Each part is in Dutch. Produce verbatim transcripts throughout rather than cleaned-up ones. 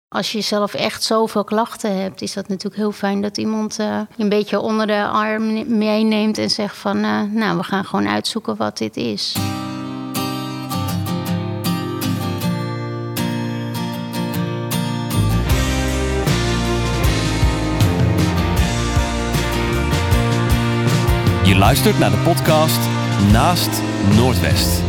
Als je zelf echt zoveel klachten hebt, is dat natuurlijk heel fijn dat iemand uh, je een beetje onder de arm meeneemt en zegt van, uh, nou, we gaan gewoon uitzoeken wat dit is. Je luistert naar de podcast Naast Noordwest.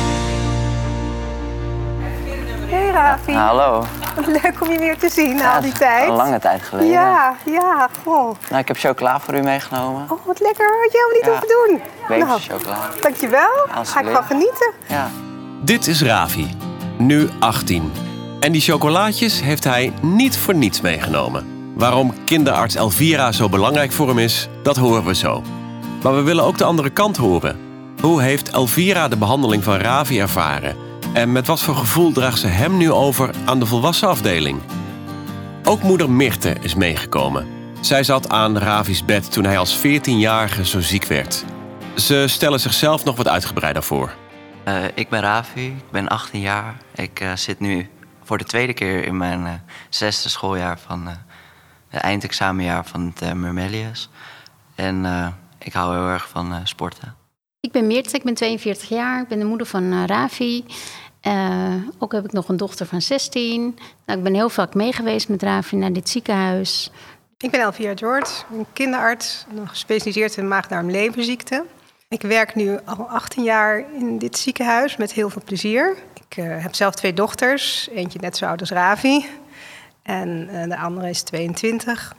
Hey Ravi. Hallo. Leuk om je weer te zien na Ja, al die tijd. Een lange tijd geleden. Ja, ja, goh. Nou, ik heb chocola voor u meegenomen. Oh, wat lekker. Had je helemaal niet Ja. hoeven doen. Beverse chocola. Dankjewel. Ja, Ga ik van genieten. Ja. Dit is Ravi, nu achttien. En die chocolaatjes heeft hij niet voor niets meegenomen. Waarom kinderarts Elvira zo belangrijk voor hem is, dat horen we zo. Maar we willen ook de andere kant horen. Hoe heeft Elvira de behandeling van Ravi ervaren? En met wat voor gevoel draagt ze hem nu over aan de volwassenafdeling? Ook moeder Mirte is meegekomen. Zij zat aan Ravi's bed toen hij als veertienjarige zo ziek werd. Ze stellen zichzelf nog wat uitgebreider voor. Uh, ik ben Ravi, ik ben achttien jaar. Ik uh, zit nu voor de tweede keer in mijn uh, zesde schooljaar van uh, het eindexamenjaar van het uh, Mermelius. En uh, ik hou heel erg van uh, sporten. Ik ben Mirte, ik ben tweeënveertig jaar. Ik ben de moeder van uh, Ravi. Uh, ook heb ik nog een dochter van zestien. Nou, ik ben heel vaak meegeweest met Ravi naar dit ziekenhuis. Ik ben Elvira George, ik ben kinderarts, gespecialiseerd in maag-darm-leverziekten. Ik werk nu al achttien jaar in dit ziekenhuis met heel veel plezier. Ik uh, heb zelf twee dochters, eentje net zo oud als Ravi. En uh, de andere is tweeëntwintig.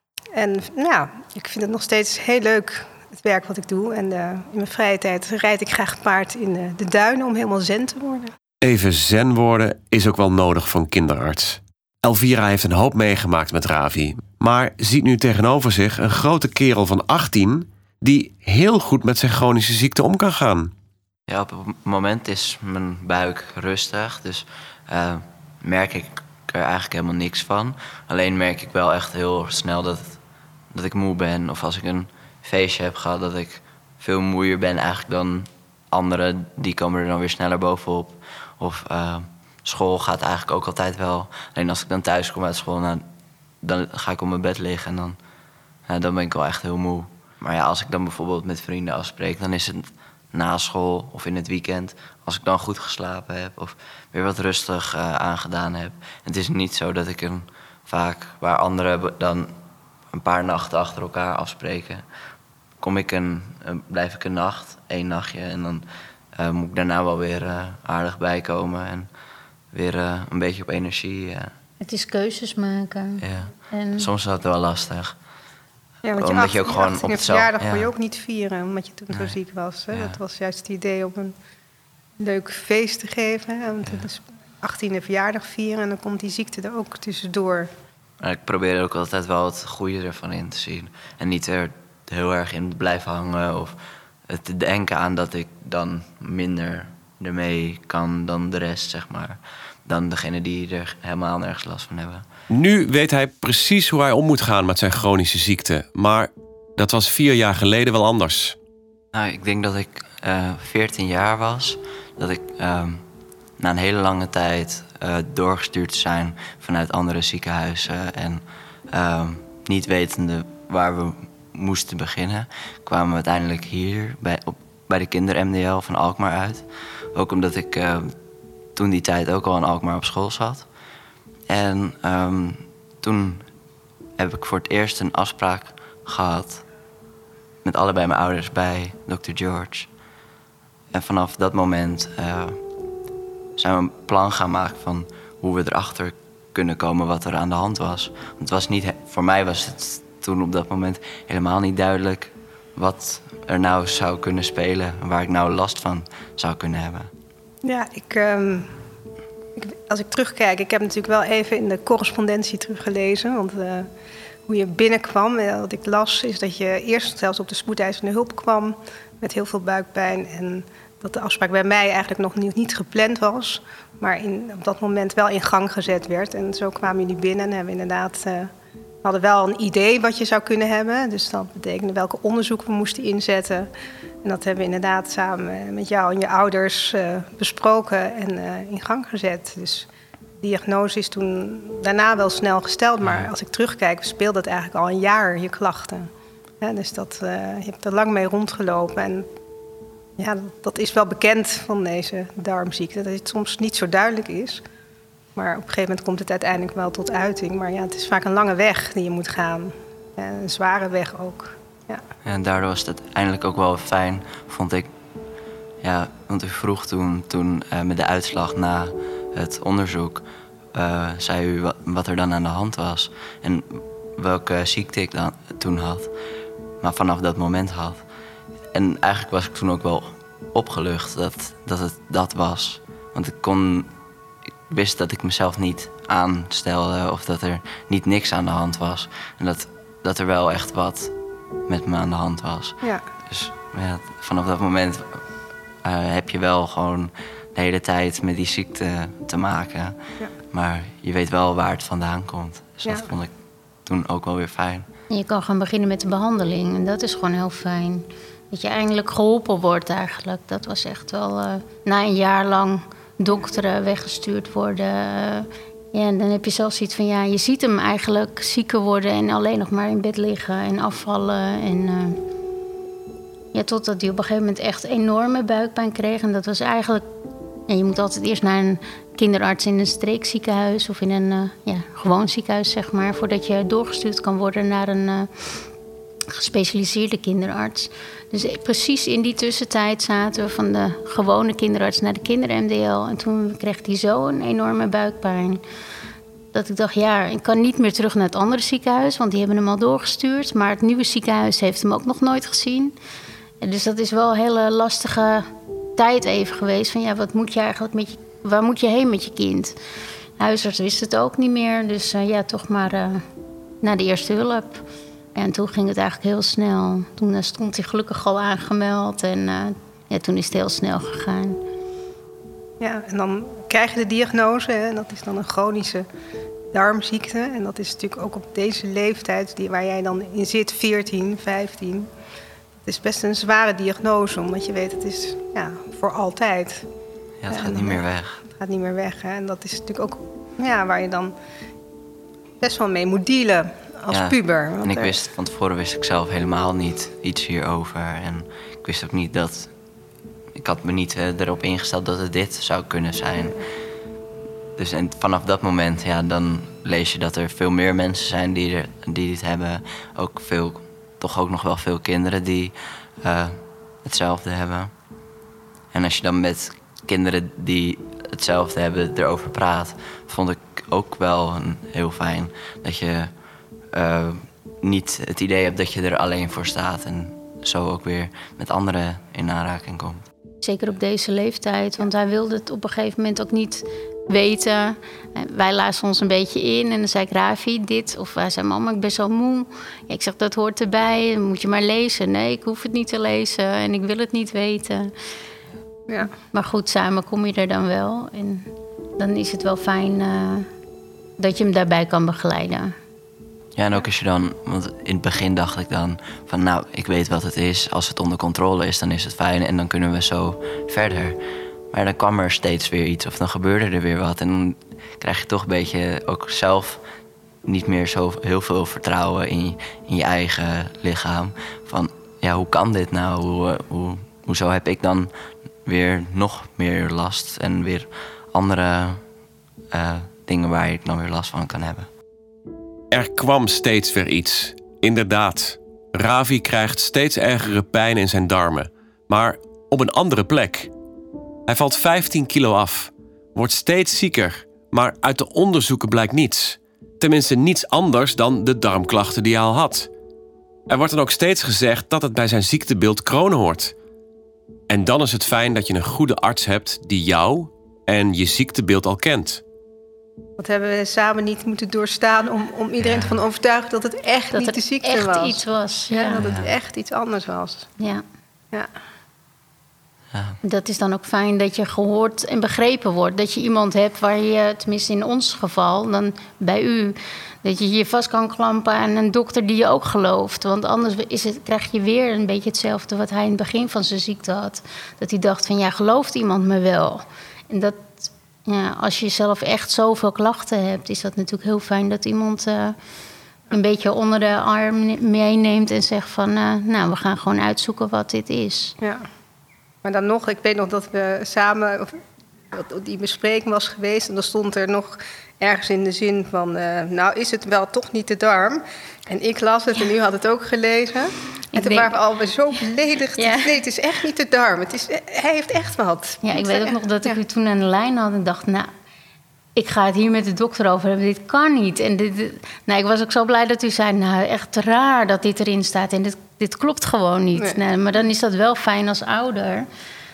En nou, ik vind het nog steeds heel leuk, het werk wat ik doe. En uh, in mijn vrije tijd rijd ik graag paard in uh, de duinen om helemaal zen te worden. Even zen worden is ook wel nodig voor een kinderarts. Elvira heeft een hoop meegemaakt met Ravi, maar ziet nu tegenover zich een grote kerel van achttien... die heel goed met zijn chronische ziekte om kan gaan. Ja, op het moment is mijn buik rustig, dus uh, merk ik er eigenlijk helemaal niks van. Alleen merk ik wel echt heel snel dat, dat ik moe ben. Of als ik een feestje heb gehad, dat ik veel moeier ben eigenlijk dan anderen. Die komen er dan weer sneller bovenop. Of uh, school gaat eigenlijk ook altijd wel. Alleen als ik dan thuis kom uit school, nou, dan ga ik op mijn bed liggen en dan, nou, dan ben ik wel echt heel moe. Maar ja, als ik dan bijvoorbeeld met vrienden afspreek, dan is het na school of in het weekend. Als ik dan goed geslapen heb of weer wat rustig uh, aangedaan heb. Het is niet zo dat ik een vaak, waar anderen dan een paar nachten achter elkaar afspreken, kom ik een, een, blijf ik een nacht, één nachtje. En dan uh, moet ik daarna wel weer uh, aardig bijkomen en weer uh, een beetje op energie. Uh. Het is keuzes maken. Ja. En Soms is dat wel lastig. Ja, want je Omdat achttien, je ook gewoon achttien op je hetzelfde- verjaardag kon je ja. ook niet vieren, omdat je toen Nee. zo ziek was. Hè? Ja. Dat was juist het idee om een leuk feest te geven. Hè? Want Ja. het is achttiende verjaardag vieren en dan komt die ziekte er ook tussendoor. Maar ik probeer er ook altijd wel het goede ervan in te zien. En niet er heel erg in te blijven hangen of te denken aan dat ik dan minder ermee kan dan de rest, zeg maar. Dan degene die er helemaal nergens last van hebben. Nu weet hij precies hoe hij om moet gaan met zijn chronische ziekte. Maar dat was vier jaar geleden wel anders. Nou, ik denk dat ik uh, veertien jaar was. Dat ik uh, na een hele lange tijd uh, doorgestuurd te zijn vanuit andere ziekenhuizen. En uh, niet wetende waar we moesten beginnen, kwamen we uiteindelijk hier bij, op, bij de kinder-M D L van Alkmaar uit. Ook omdat ik uh, toen die tijd ook al in Alkmaar op school zat. En um, toen heb ik voor het eerst een afspraak gehad met allebei mijn ouders bij dokter George. En vanaf dat moment uh, zijn we een plan gaan maken van hoe we erachter kunnen komen wat er aan de hand was. Want het was niet, voor mij was het toen op dat moment helemaal niet duidelijk wat er nou zou kunnen spelen en waar ik nou last van zou kunnen hebben. Ja, ik, um, ik, als ik terugkijk, ik heb natuurlijk wel even in de correspondentie teruggelezen. Want uh, hoe je binnenkwam, uh, wat ik las, is dat je eerst zelfs op de spoedeisende hulp kwam met heel veel buikpijn. En dat de afspraak bij mij eigenlijk nog niet, niet gepland was, maar in, op dat moment wel in gang gezet werd. En zo kwamen jullie binnen en hebben inderdaad, uh, we hadden wel een idee wat je zou kunnen hebben. Dus dat betekende welke onderzoeken we moesten inzetten. En dat hebben we inderdaad samen met jou en je ouders uh, besproken en uh, in gang gezet. Dus diagnose is toen daarna wel snel gesteld. Maar als ik terugkijk, speelde het eigenlijk al een jaar, je klachten. Ja, dus dat, uh, je hebt er lang mee rondgelopen. En ja, dat, dat is wel bekend van deze darmziekte. Dat het soms niet zo duidelijk is. Maar op een gegeven moment komt het uiteindelijk wel tot uiting. Maar ja, het is vaak een lange weg die je moet gaan. Ja, een zware weg ook. Ja. En daardoor was het uiteindelijk ook wel fijn, vond ik. Ja, want u vroeg toen, toen uh, met de uitslag na het onderzoek... Uh, zei u wat, wat er dan aan de hand was. En welke ziekte ik dan toen had. Maar vanaf dat moment had. En eigenlijk was ik toen ook wel opgelucht dat, dat het dat was. Want ik kon... Ik wist dat ik mezelf niet aanstelde of dat er niet niks aan de hand was. En dat, dat er wel echt wat met me aan de hand was. Ja. Dus ja, vanaf dat moment uh, heb je wel gewoon de hele tijd met die ziekte te maken. Ja. Maar je weet wel waar het vandaan komt. Dus Ja. dat vond ik toen ook wel weer fijn. En je kan gaan beginnen met de behandeling. En dat is gewoon heel fijn. Dat je eindelijk geholpen wordt eigenlijk. Dat was echt wel uh, na een jaar lang dokteren weggestuurd worden. Uh, ja, en dan heb je zelfs iets van... ja, je ziet hem eigenlijk zieker worden... en alleen nog maar in bed liggen en afvallen. En, uh, ja, totdat hij op een gegeven moment echt enorme buikpijn kreeg. En dat was eigenlijk... Ja, je moet altijd eerst naar een kinderarts in een streekziekenhuis... of in een uh, ja, gewoon ziekenhuis, zeg maar... voordat je doorgestuurd kan worden naar een... Uh, gespecialiseerde kinderarts. Dus precies in die tussentijd zaten we van de gewone kinderarts naar de kinder-M D L. En toen kreeg hij zo een enorme buikpijn. Dat ik dacht, ja, ik kan niet meer terug naar het andere ziekenhuis... want die hebben hem al doorgestuurd. Maar het nieuwe ziekenhuis heeft hem ook nog nooit gezien. En dus dat is wel een hele lastige tijd even geweest. Van ja, wat moet je eigenlijk met je, waar moet je heen met je kind? De huisarts wist het ook niet meer. Dus uh, ja, toch maar uh, naar de eerste hulp. En toen ging het eigenlijk heel snel. Toen stond hij gelukkig al aangemeld en uh, ja, toen is het heel snel gegaan. Ja, en dan krijg je de diagnose, hè, en dat is dan een chronische darmziekte. En dat is natuurlijk ook op deze leeftijd die, waar jij dan in zit, veertien, vijftien. Het is best een zware diagnose, omdat je weet, het is ja, voor altijd. Ja, het Ja, gaat niet meer weg. Het gaat niet meer weg. Hè. En dat is natuurlijk ook ja, waar je dan best wel mee moet dealen als Ja, puber. Want en ik er- wist, van tevoren wist ik zelf helemaal niet iets hierover. En ik wist ook niet dat... Ik had me niet uh, erop ingesteld dat het dit zou kunnen zijn. Dus en vanaf dat moment, ja, dan lees je dat er veel meer mensen zijn die, er, die dit hebben. Ook veel, toch ook nog wel veel kinderen die uh, hetzelfde hebben. En als je dan met kinderen die hetzelfde hebben erover praat... vond ik ook wel een, heel fijn dat je uh, niet het idee hebt dat je er alleen voor staat... en zo ook weer met anderen in aanraking komt. Zeker op deze leeftijd, want hij wilde het op een gegeven moment ook niet weten. Wij lazen ons een beetje in en dan zei ik, Ravi, dit. Of hij zei, mama, ik ben zo moe. Ja, ik zeg, dat hoort erbij, dan moet je maar lezen. Nee, ik hoef het niet te lezen en ik wil het niet weten. Ja. Maar goed, samen kom je er dan wel. En dan is het wel fijn uh, dat je hem daarbij kan begeleiden. Ja, en ook als je dan... Want in het begin dacht ik dan van... nou, ik weet wat het is. Als het onder controle is, dan is het fijn. En dan kunnen we zo verder. Maar dan kwam er steeds weer iets. Of dan gebeurde er weer wat. En dan krijg je toch een beetje ook zelf... niet meer zo heel veel vertrouwen in je, in je eigen lichaam. Van, ja, hoe kan dit nou? Hoe, hoe, hoezo heb ik dan weer nog meer last? En weer andere uh, dingen waar ik dan weer last van kan hebben. Er kwam steeds weer iets. Inderdaad, Ravi krijgt steeds ergere pijn in zijn darmen. Maar op een andere plek. Hij valt vijftien kilo af. Wordt steeds zieker. Maar uit de onderzoeken blijkt niets. Tenminste niets anders dan de darmklachten die hij al had. Er wordt dan ook steeds gezegd dat het bij zijn ziektebeeld Crohn hoort. En dan is het fijn dat je een goede arts hebt die jou en je ziektebeeld al kent. Wat hebben we samen niet moeten doorstaan om, om iedereen Ja. ervan te overtuigen dat het echt Dat niet het de ziekte echt was. iets was. Ja, Ja. dat het echt iets anders was. Ja. Ja. Ja. Dat is dan ook fijn dat je gehoord en begrepen wordt. Dat je iemand hebt waar je, tenminste in ons geval, dan bij u, dat je je vast kan klampen aan een dokter die je ook gelooft. Want anders is het, krijg je weer een beetje hetzelfde wat hij in het begin van zijn ziekte had. Dat hij dacht van, ja, gelooft iemand me wel? En dat ja, als je zelf echt zoveel klachten hebt, is dat natuurlijk heel fijn dat iemand uh, een beetje onder de arm meeneemt en zegt van, uh, nou, we gaan gewoon uitzoeken wat dit is. Ja, maar dan nog, ik weet nog dat we samen, of, dat die bespreking was geweest en dan stond er nog ergens in de zin van, uh, nou is het wel toch niet de darm. En ik las het en u had het ook gelezen. En ik toen denk... waren we al zo beledigd. Ja. Nee, het is echt niet de darm. Het is, hij heeft echt wat. Ja, ik weet ook nog dat ik ja. u toen aan de lijn had en dacht, nou, ik ga het hier met de dokter over hebben. Dit kan niet. En dit, dit, nou, ik was ook zo blij dat u zei, nou, echt raar dat dit erin staat. En dit, dit klopt gewoon niet. Nee. Nou, maar dan is dat wel fijn als ouder,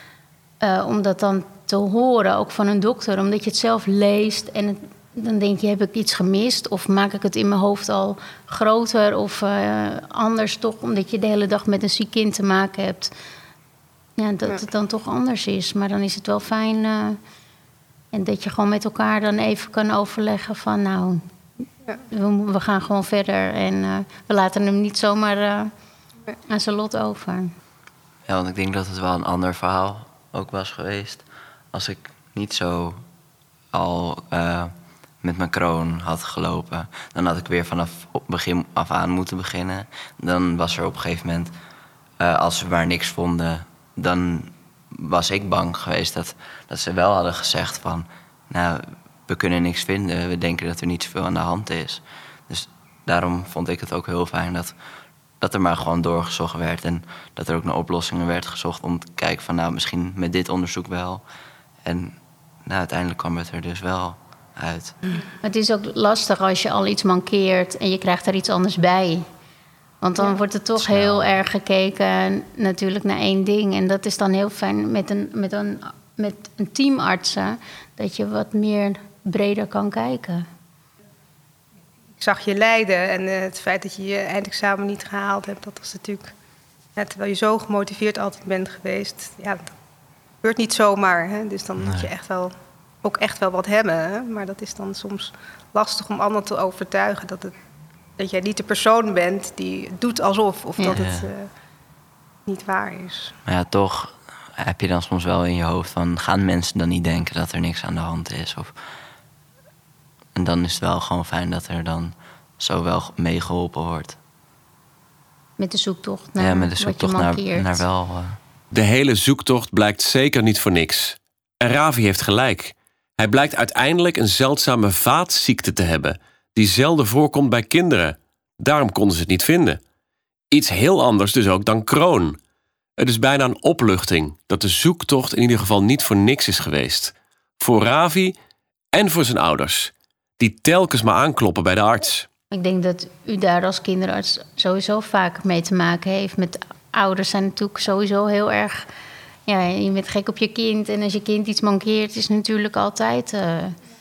uh, om dat dan te horen, ook van een dokter. Omdat je het zelf leest en het, dan denk je, heb ik iets gemist? Of maak ik het in mijn hoofd al groter of uh, anders toch? Omdat je de hele dag met een ziek kind te maken hebt. Ja, dat ja. het dan toch anders is. Maar dan is het wel fijn. Uh, en dat je gewoon met elkaar dan even kan overleggen van, nou, ja. we, we gaan gewoon verder. En uh, we laten hem niet zomaar uh, aan zijn lot over. Ja, want ik denk dat het wel een ander verhaal ook was geweest. Als ik niet zo al uh, met mijn kroon had gelopen, dan had ik weer vanaf op begin af aan moeten beginnen. Dan was er op een gegeven moment, uh, als we maar niks vonden, dan was ik bang geweest dat, dat ze wel hadden gezegd van, nou, we kunnen niks vinden, we denken dat er niet zoveel aan de hand is. Dus daarom vond ik het ook heel fijn dat, dat er maar gewoon doorgezocht werd en dat er ook naar oplossingen werd gezocht om te kijken van, nou, misschien met dit onderzoek wel. En nou, uiteindelijk kwam het er dus wel uit. Het is ook lastig als je al iets mankeert en je krijgt er iets anders bij. Want dan ja, wordt er toch snel heel erg gekeken natuurlijk naar één ding. En dat is dan heel fijn met een, met een, met een teamartsen, dat je wat meer breder kan kijken. Ik zag je lijden en uh, het feit dat je je eindexamen niet gehaald hebt, dat was natuurlijk, ja, terwijl je zo gemotiveerd altijd bent geweest, ja, dat gebeurt niet zomaar. Hè? Dus dan nee. moet je echt wel, ook echt wel wat hebben. Hè? Maar dat is dan soms lastig om anderen te overtuigen dat, het, dat jij niet de persoon bent die doet alsof, of ja. dat het uh, niet waar is. Maar ja, toch heb je dan soms wel in je hoofd van, gaan mensen dan niet denken dat er niks aan de hand is? Of... En dan is het wel gewoon fijn dat er dan zo wel meegeholpen wordt. Met de zoektocht naar ja, met de zoektocht wat je naar, naar wel... Uh... De hele zoektocht blijkt zeker niet voor niks. En Ravi heeft gelijk. Hij blijkt uiteindelijk een zeldzame vaatziekte te hebben, die zelden voorkomt bij kinderen. Daarom konden ze het niet vinden. Iets heel anders dus ook dan Crohn. Het is bijna een opluchting dat de zoektocht in ieder geval niet voor niks is geweest. Voor Ravi en voor zijn ouders, die telkens maar aankloppen bij de arts. Ik denk dat u daar als kinderarts sowieso vaak mee te maken heeft. Met ouders zijn natuurlijk sowieso heel erg... Ja, je bent gek op je kind en als je kind iets mankeert, is natuurlijk altijd... Uh,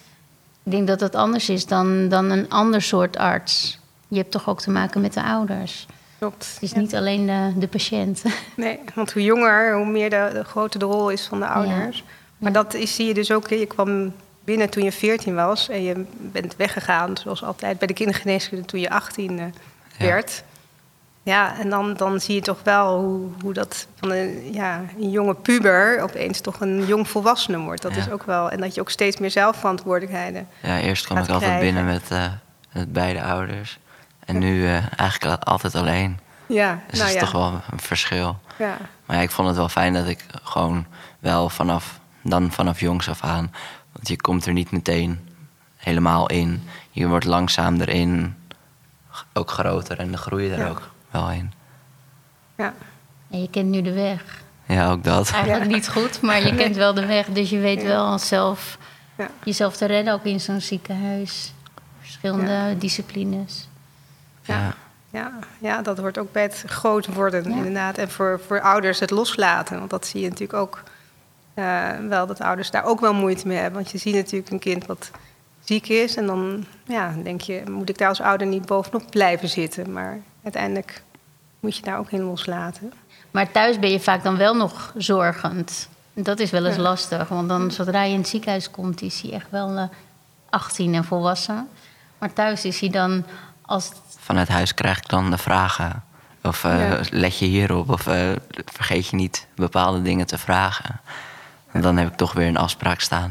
ik denk dat dat anders is dan, dan een ander soort arts. Je hebt toch ook te maken met de ouders. Klopt. Het is ja. niet alleen de, de patiënt. Nee, want hoe jonger, hoe meer de, de groter de rol is van de ouders. Ja. Maar dat is, zie je dus ook... Je kwam binnen toen je veertien was en je bent weggegaan, zoals altijd, bij de kindergeneeskunde toen je achttien uh, werd... Ja. Ja, en dan, dan zie je toch wel hoe, hoe dat van een, ja, een jonge puber opeens toch een jong volwassene wordt. Dat ja. is ook wel. En dat je ook steeds meer zelfverantwoordelijkheden. Ja, eerst kwam ik altijd krijgen. binnen met, uh, met beide ouders. En ja. nu uh, eigenlijk altijd alleen. Ja, dus nou dat is ja. toch wel een verschil. Ja. Maar ja, ik vond het wel fijn dat ik gewoon wel vanaf, dan vanaf jongs af aan. Want je komt er niet meteen helemaal in. Je wordt langzaam erin ook groter en dan groei je er ja. ook wel in. Ja. En je kent nu de weg. Ja, ook dat. Eigenlijk ja. niet goed, maar je kent wel de weg. Dus je weet ja. wel zelf ja. jezelf te redden, ook in zo'n ziekenhuis. Verschillende ja. disciplines. Ja. Ja. ja, dat hoort ook bij het groot worden, ja. inderdaad. En voor, voor ouders het loslaten. Want dat zie je natuurlijk ook uh, wel, dat ouders daar ook wel moeite mee hebben. Want je ziet natuurlijk een kind wat ziek is. En dan ja, denk je, moet ik daar als ouder niet bovenop blijven zitten? Maar uiteindelijk moet je daar ook in loslaten. Maar thuis ben je vaak dan wel nog zorgend. Dat is wel eens ja. lastig. Want dan, zodra je in het ziekenhuis komt, is hij echt wel uh, achttien en volwassen. Maar thuis is hij dan als... Vanuit huis krijg ik dan de vragen. Of uh, ja. let je hierop? Of uh, vergeet je niet bepaalde dingen te vragen? En dan heb ik toch weer een afspraak staan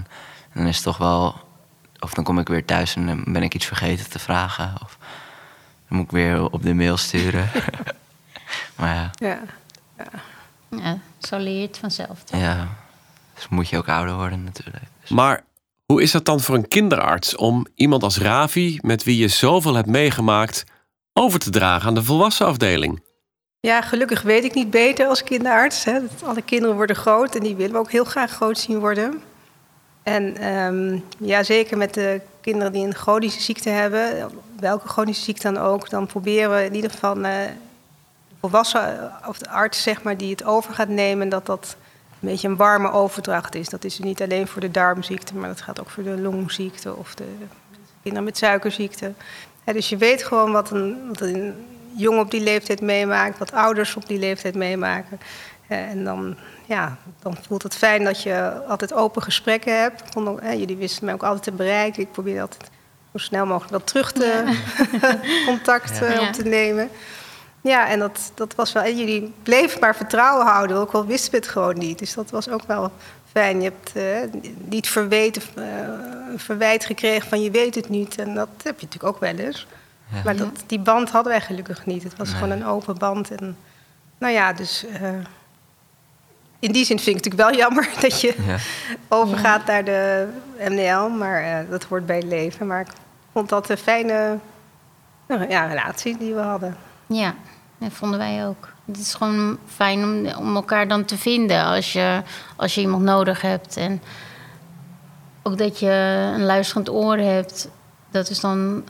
En dan is het toch wel... Of dan kom ik weer thuis en dan ben ik iets vergeten te vragen. Of dan moet ik weer op de mail sturen. Maar ja. Ja. Ja. Ja, zo leer je het vanzelf. Toch? Ja, dus moet je ook ouder worden natuurlijk. Dus... Maar hoe is dat dan voor een kinderarts om iemand als Ravi, met wie je zoveel hebt meegemaakt, over te dragen aan de volwassenenafdeling? Ja, gelukkig weet ik niet beter als kinderarts. Hè. Alle kinderen worden groot en die willen we ook heel graag groot zien worden. En um, ja, zeker met de kinderen die een chronische ziekte hebben, welke chronische ziekte dan ook, dan proberen we in ieder geval uh, de volwassen of de arts, zeg maar, die het over gaat nemen, dat dat een beetje een warme overdracht is. Dat is niet alleen voor de darmziekte, maar dat gaat ook voor de longziekte of de kinderen met suikerziekte. Ja, dus je weet gewoon wat een, wat een jongen op die leeftijd meemaakt, wat ouders op die leeftijd meemaken. Uh, en dan, ja, dan voelt het fijn dat je altijd open gesprekken hebt. Ik vond ook, hè, jullie wisten mij ook altijd te bereiken. Ik probeer altijd zo snel mogelijk wel terug te ja. contact uh, ja. op te nemen. Ja, en dat, dat was wel... En jullie bleven maar vertrouwen houden, ook al wisten we het gewoon niet. Dus dat was ook wel fijn. Je hebt uh, niet verweten, uh, verwijt gekregen van je weet het niet. En dat heb je natuurlijk ook wel eens. Ja. Maar dat, die band hadden wij gelukkig niet. Het was nee. gewoon een open band. En, nou ja, dus... Uh, in die zin vind ik het natuurlijk wel jammer dat je ja. overgaat ja. naar de M D L. Maar uh, dat hoort bij het leven. Maar ik vond dat een fijne uh, ja, relatie die we hadden. Ja, dat vonden wij ook. Het is gewoon fijn om, om elkaar dan te vinden als je, als je iemand nodig hebt. En ook dat je een luisterend oor hebt. Dat is dan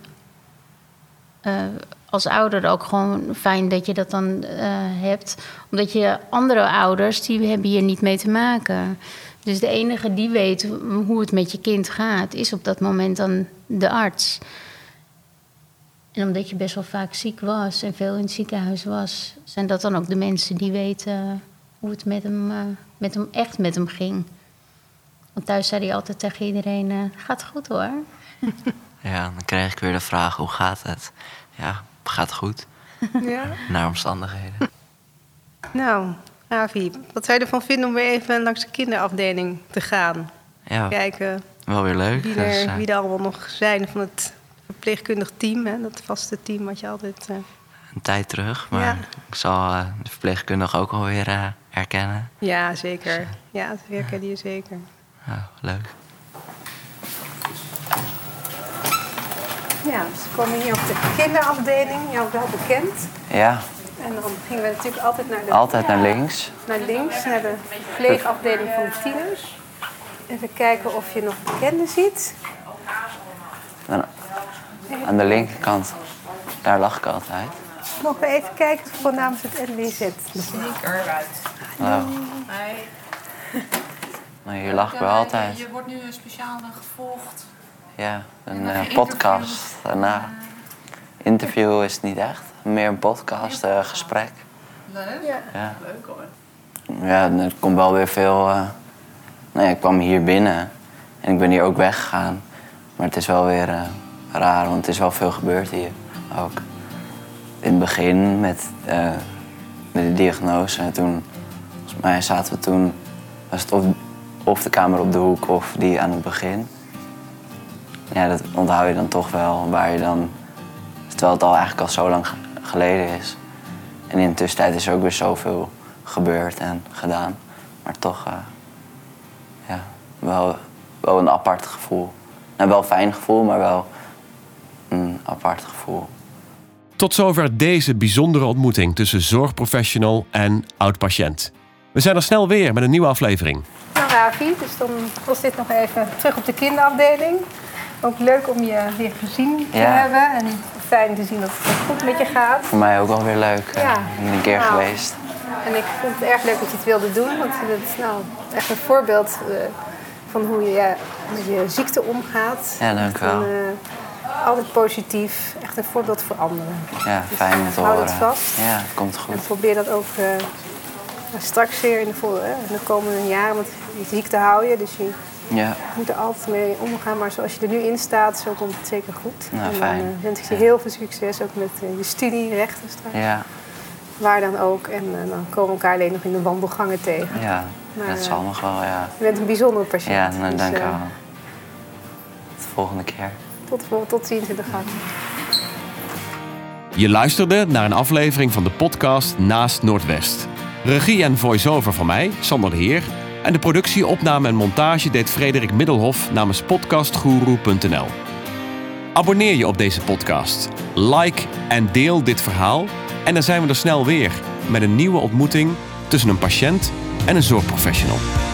uh, als ouder ook gewoon fijn dat je dat dan uh, hebt. Omdat je andere ouders, die hebben hier niet mee te maken. Dus de enige die weet hoe het met je kind gaat, is op dat moment dan de arts. En omdat je best wel vaak ziek was en veel in het ziekenhuis was, zijn dat dan ook de mensen die weten hoe het met hem, uh, met hem echt met hem ging. Want thuis zei hij altijd tegen iedereen, uh, gaat goed hoor. Ja, dan krijg ik weer de vraag, hoe gaat het? Ja, gaat goed. Ja. Naar omstandigheden. Nou, Ravi, wat zou je ervan vinden om weer even langs de kinderafdeling te gaan? Ja, kijken wel weer leuk. Wie er, dus, uh, wie er allemaal nog zijn van het verpleegkundig team, hè? Dat vaste team wat je altijd... Uh... Een tijd terug, maar ja. ik zal uh, de verpleegkundige ook alweer uh, herkennen. Ja, zeker. Dus, uh, ja, dat herken je zeker. Ja, leuk. Ja, dus we komen hier op de kinderafdeling, jou wel bekend. Ja. En dan gingen we natuurlijk altijd naar de... Altijd naar links. Naar links, naar de verpleegafdeling van de tieners. Even kijken of je nog bekenden ziet. Dan, aan de linkerkant, daar lag ik altijd. Mogen we even kijken voor namens het N W Z? Zeker. Nou. Maar hier lag ik wel altijd. Je wordt nu speciaal gevolgd. Ja, een uh, podcast. Daarna. Interview is het niet echt. Meer een podcast, uh, gesprek. Leuk. Ja. Ja. Leuk hoor. Ja, er komt wel weer veel... Uh... Nou ja, ik kwam hier binnen. En ik ben hier ook weggegaan. Maar het is wel weer uh, raar, want het is wel veel gebeurd hier ook. In het begin met, uh, met de diagnose. En toen, volgens mij zaten we toen... Was het of, of de kamer op de hoek of die aan het begin. Ja, dat onthoud je dan toch wel, waar je dan... Terwijl het al eigenlijk al zo lang geleden is. En in de tussentijd is er ook weer zoveel gebeurd en gedaan. Maar toch, uh, ja, wel, wel een apart gevoel. Nou, wel een fijn gevoel, maar wel een apart gevoel. Tot zover deze bijzondere ontmoeting tussen zorgprofessional en oud-patiënt. We zijn er snel weer met een nieuwe aflevering. Nou, Ravi, dus dan was dit nog even terug op de kinderafdeling. Ook leuk om je weer gezien te ja. hebben. En fijn te zien dat het goed met je gaat. Voor mij ook wel weer leuk. Ja. Ik ben een keer nou, geweest. En ik vond het erg leuk dat je het wilde doen. Want het is nou echt een voorbeeld uh, van hoe je ja, met je ziekte omgaat. Ja, dank u wel. Uh, altijd positief. Echt een voorbeeld voor anderen. Ja, dus fijn om te horen. Hou dat vast. Ja, het komt goed. En probeer dat ook uh, straks weer in de, vol- uh, in de komende jaren. Want die ziekte hou je, dus je... Ja. Je moet er altijd mee omgaan, maar zoals je er nu in staat, zo komt het zeker goed. Nou, en fijn. dan uh, wens ik je heel veel succes, ook met uh, je studie, rechten straks. Ja. Waar dan ook. En uh, dan komen we elkaar alleen nog in de wandelgangen tegen. Ja, maar, dat zal uh, nog wel, ja. Je bent een bijzondere patiënt. Ja, nou, dus, dank je uh, wel. volgende keer. Tot, tot ziens in de gang. Je luisterde naar een aflevering van de podcast Naast Noordwest. Regie en voice-over van mij, Sander de Heer. En de productie, opname en montage deed Frederik Middelhof namens podcastgoeroe punt n l. Abonneer je op deze podcast. Like en deel dit verhaal. En dan zijn we er snel weer met een nieuwe ontmoeting tussen een patiënt en een zorgprofessional.